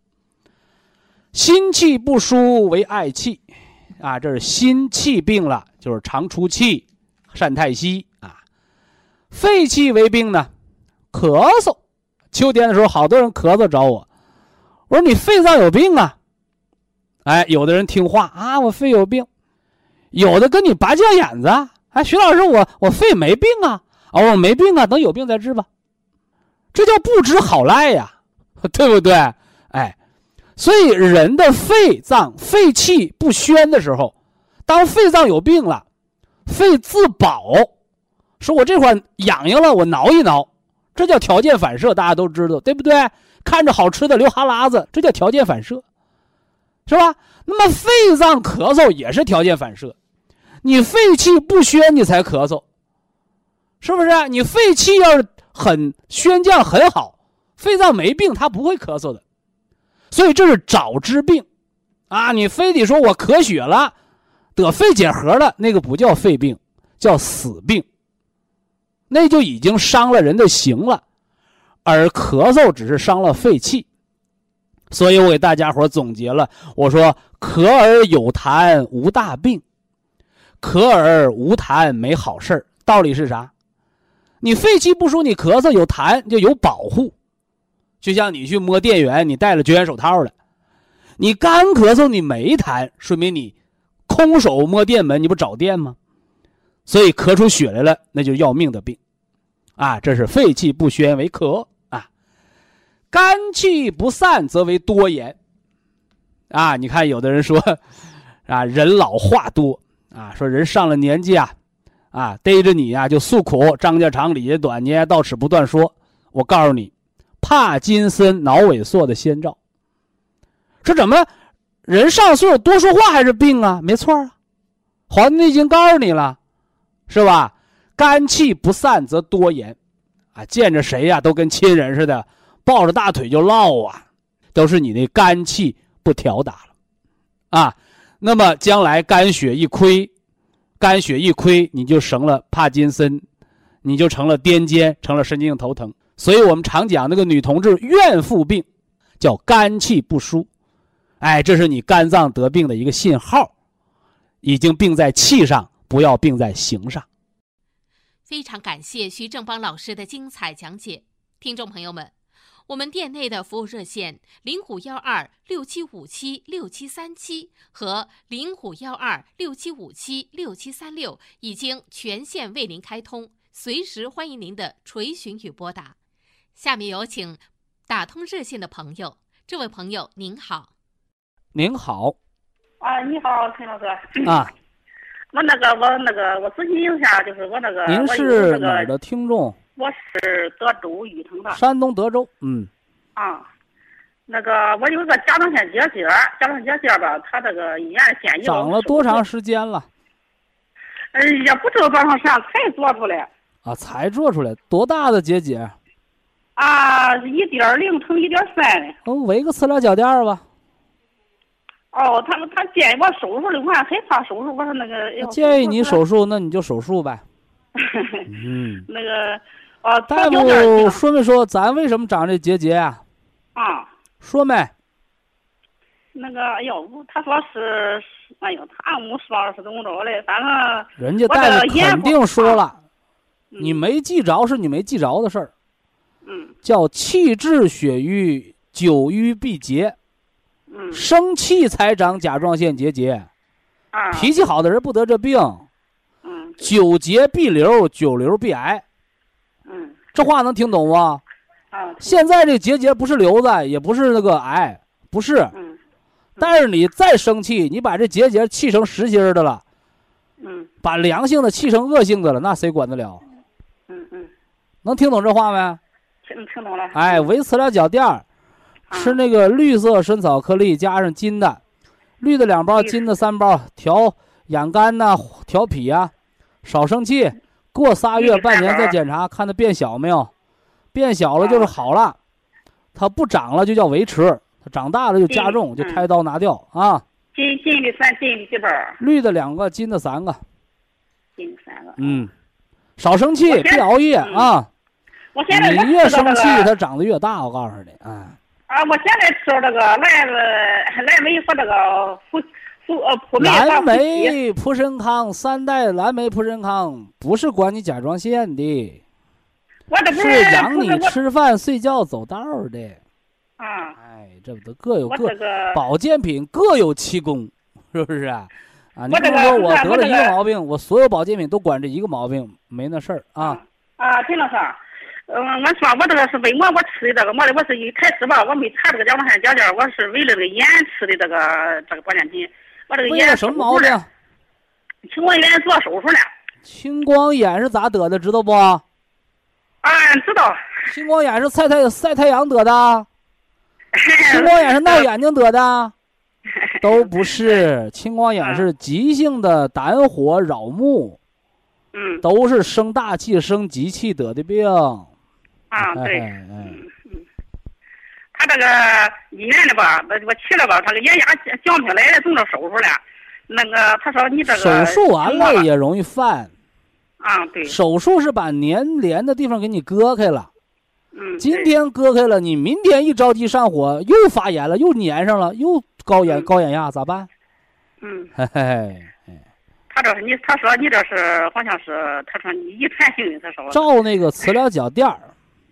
心气不舒为嗳气啊，这是心气病了，就是常出气，善太息啊。肺气为病呢，咳嗽。秋天的时候好多人咳嗽找我，我说你肺脏有病啊。哎，有的人听话啊，我肺有病，有的跟你拔将眼子，哎，徐老师我我肺没病啊，啊我没病啊，等有病再治吧，这叫不知好赖呀，对不对？哎，所以人的肺脏肺气不宣的时候，当肺脏有病了，肺自保，说我这块痒痒了，我挠一挠，这叫条件反射，大家都知道，对不对？看着好吃的流哈喇子，这叫条件反射，是吧？那么肺脏咳嗽也是条件反射，你肺气不宣你才咳嗽，是不是？你肺气要是很宣降很好，肺脏没病他不会咳嗽的。所以这是找之病啊，你非得说我咳血了得肺结核了，那个不叫肺病，叫死病，那就已经伤了人的形了，而咳嗽只是伤了肺气。所以我给大家伙总结了，我说咳而有痰无大病，咳而无痰没好事。道理是啥？你肺气不舒，你咳嗽有痰就有保护， 就像你去摸电源，你戴了绝缘手套了，你干咳嗽你没痰，说明你空手摸电门，你不找电吗？所以咳出血来了，那就是要命的病啊！这是肺气不宣为咳啊，肝气不散则为多言啊。你看有的人说啊，人老话多啊，说人上了年纪啊啊，逮着你啊就诉苦，张家长李家短，你也到齿不断说。我告诉你，帕金森脑萎缩的先兆。说怎么人上岁数多说话还是病啊？没错啊，《黄帝内经》告诉你了，是吧？肝气不散则多言啊，见着谁呀、啊、都跟亲人似的，抱着大腿就唠啊，都是你那肝气不调达了啊。那么将来肝血一亏，肝血一亏，你就成了帕金森，你就成了癫痫，成了神经性头疼。所以我们常讲那个女同志怨妇病叫肝气不舒，哎，这是你肝脏得病的一个信号，已经病在气上，不要病在形上。 非常感谢徐正邦老师的精彩讲解。听众朋友们，我们店内的服务热线零五幺二六七五七六七三七和零五幺二六七五七六七三六已经全线为您开通，随时欢迎您的垂询与拨打。下面有请打通热线的朋友。这位朋友您好。 您好。 啊，你好，陈老师。 啊， 我那个我那个我咨询一下，就是我那个您是哪儿的听众？ 我是德州禹城的。 山东德州。嗯。 啊，那个我有个甲状腺结节，甲状腺结节吧，他这个医院建议长了多长时间了？ 呃，也不知道多长时间才做出来。 啊，才做出来，多大的结节？ 啊，一点零乘一点三。 哦，围个磁疗脚垫吧。 哦，他他建议我手术的，我还害怕手术，我说那个。 建议你手术，那你就手术呗。嗯。 那个，哦， 大夫说没说咱为什么长这结节啊？ 啊。 说没？ 那个，哎呦，他说是，哎呦，他没说是怎么着嘞，反正。 人家大夫肯定说了，你没记着是你没记着的事儿。 嗯。 叫气滞血瘀，久瘀必结。 嗯。 生气才长甲状腺结节。 啊。 脾气好的人不得这病。 嗯。 久结必瘤，久瘤必癌。 嗯。 这话能听懂吗？ 啊。 现在这结节不是瘤子，也不是那个癌，不是。 嗯。 但是你再生气，你把这结节气成实心的了。 嗯。把良性的气成恶性的了，那谁管得了？ 嗯嗯。 能听懂这话没？ 听听懂了。 哎，围磁疗脚垫儿，吃那个绿色参草颗粒加上金的，绿的两包，金的三包，调养肝呐、调脾啊，少生气。过仨月、半年再检查，看它变小没有？变小了就是好了，它不长了就叫维持，它长大了就加重，就开刀拿掉啊。 金金的三，金的几包？ 绿的两个，金的三个。 金的三个。 嗯，少生气，别熬夜啊。 我现在你越生气，它长得越大。我告诉你，啊。 啊，我现在吃这个蓝蓝莓和这个普普呃普美蓝莓、普参康三代蓝莓、普参康不是管你甲状腺的， 我这不是养你吃饭、睡觉、走道的。 啊。 哎，这不都各有各、 这个、 保健品各有其功，是不是啊？啊，你不能说我得了一个毛病，我所有保健品都管这一个毛病，没那事儿啊。 啊，陈老师。嗯，我说我这个是为么我吃的这个，我我是一开始吧，我没查这个甲状腺结节，我是为了这个眼吃的这个这个保健品。我这个眼什么毛病？ 青光眼做手术了。 青光眼是咋得的？知道不？ 啊，知道。 青光眼是晒太晒太阳得的。青光眼是闹眼睛得的。都不是，青光眼是急性的胆火扰目。 嗯。 都是生大气、生急气得的病。 啊，对， 嗯嗯，他这个医院的吧，我去了吧，他个眼压降不下来了，动着手术了。那个他说你这个手术完了也容易犯。 啊，对。 手术是把粘连的地方给你割开了。 嗯。 今天割开了，你明天一着急上火，又发炎了，又粘上了，又高眼、嗯、高眼压，咋办？ 嗯。 嘿嘿。 他这是你，他说你这是好像是，他说你遗传性的，他说。 照那个磁疗脚垫儿。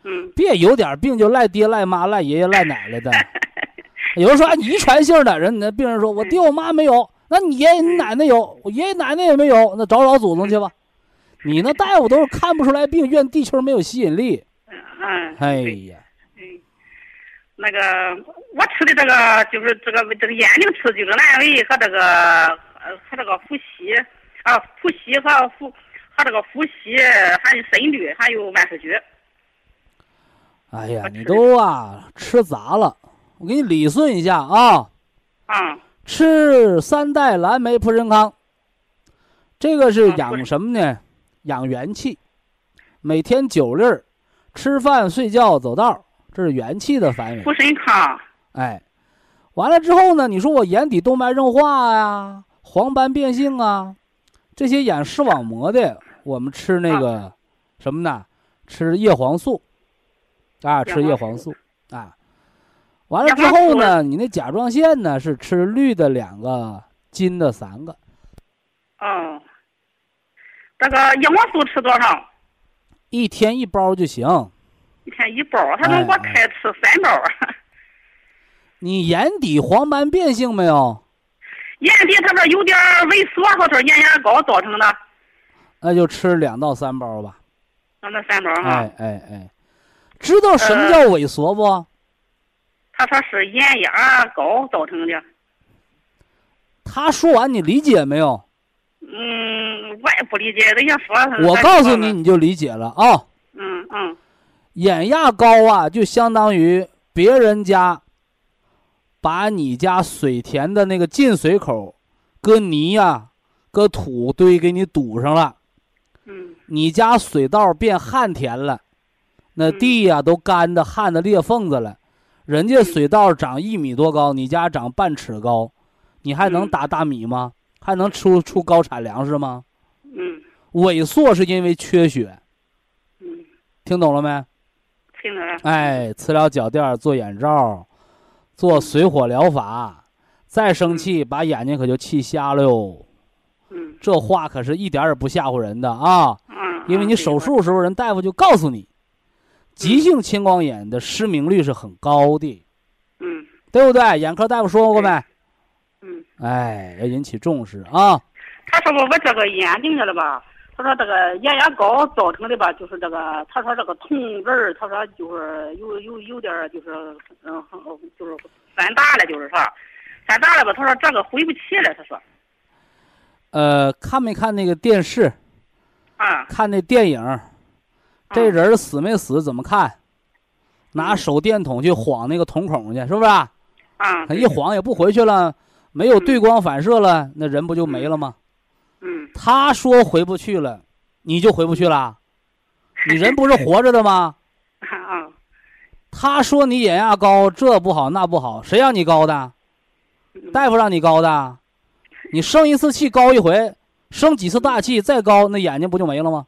嗯， 别有点病就赖爹赖妈赖爷爷赖奶奶的。有人说啊，你遗传性的人，那病人说我爹我妈没有，那你爷爷你奶奶有，我爷爷奶奶也没有，那找找祖宗去吧。你那大夫都是看不出来病，怨地球没有吸引力。 嗯， 哎呀， 嗯，那个我吃的这个就是这个这个眼睛吃就是阑尾和这个呃和这个呼吸啊呼吸和呼和这个呼吸还有心率还有万事菊。 哎呀，你都啊吃杂了，我给你理顺一下啊。 啊。 吃三代蓝莓普参康，这个是养什么呢？养元气。每天九粒儿，吃饭睡觉走道，这是元气的繁荣。 普参康。 哎，完了之后呢，你说我眼底动脉硬化呀、黄斑变性啊，这些眼视网膜的，我们吃那个、啊、什么呢？吃叶黄素。啊，吃叶黄素啊，完了之后呢，你那甲状腺呢是吃绿的两个，金的三个。 哦，这个叶黄素吃多少？ 一天一包就行。 一天一包，他能给我开吃三包。哎、 你眼底黄斑变性没有？ 眼底他说有点萎缩，或者眼压高造成的。 那就吃两到三包吧。 两到三包哈。 哎哎哎。知道什么叫萎缩不、呃？ 他说是眼压高造成的。 他说完你理解没有？ 嗯，我也不理解。人家说， 我告诉你，你就理解了啊。 嗯嗯。 眼压高啊，就相当于别人家把你家水田的那个进水口，搁泥呀、啊、搁土堆给你堵上了。 嗯。 你家水稻变旱田了。那地呀、啊、都干的旱的裂缝子了，人家水稻长一米多高，你家长半尺高，你还能打大米吗？还能出出高产粮食吗？ 嗯， 萎缩是因为缺血。 嗯， 听懂了没？ 听懂了。 哎，磁疗脚垫，做眼罩，做水火疗法，再生气把眼睛可就气瞎了哟。 嗯， 这话可是一点也不吓唬人的啊。 嗯， 因为你手术时候人大夫就告诉你。急性青光眼的失明率是很高的， 嗯， 对不对？眼科大夫说过没？ 嗯， 哎，要引起重视啊。 他说我这个眼睛的了吧？他说这个眼压高造成的吧，就是这个，他说这个瞳仁，他说就是有有有点就是嗯，就是翻大了，就是说翻大了吧？他说这个回不去了，他说。 呃，看没看那个电视？ 啊。 看那电影。这人死没死怎么看？拿手电筒去晃那个瞳孔去，是不是？啊，他一晃也不回去了，没有对光反射了，那人不就没了吗？ 嗯。 他说回不去了，你就回不去了？你人不是活着的吗？ 啊。 他说你眼压高，这不好那不好，谁让你高的？大夫让你高的？你生一次气高一回，生几次大气再高，那眼睛不就没了吗？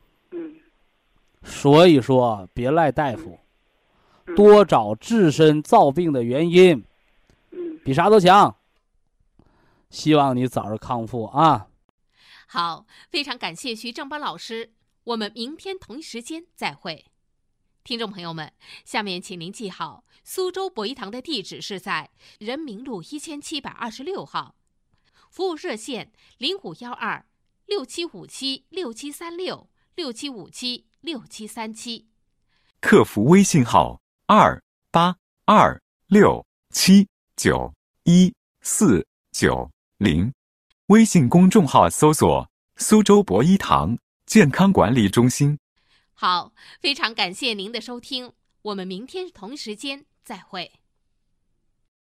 所以说，别赖大夫，多找自身造病的原因，比啥都强。希望你早日康复啊！ 好，非常感谢徐正邦老师，我们明天同一时间再会。听众朋友们，下面请您记好，苏州博医堂的地址是在人民路一千七百二十六号，服务热线零五幺二六七五七六七三六六七五七六七三七， 客服微信号二八二六七九一四九零，微信公众号搜索苏州博医堂健康管理中心。 好，非常感谢您的收听，我们明天同一时间再会。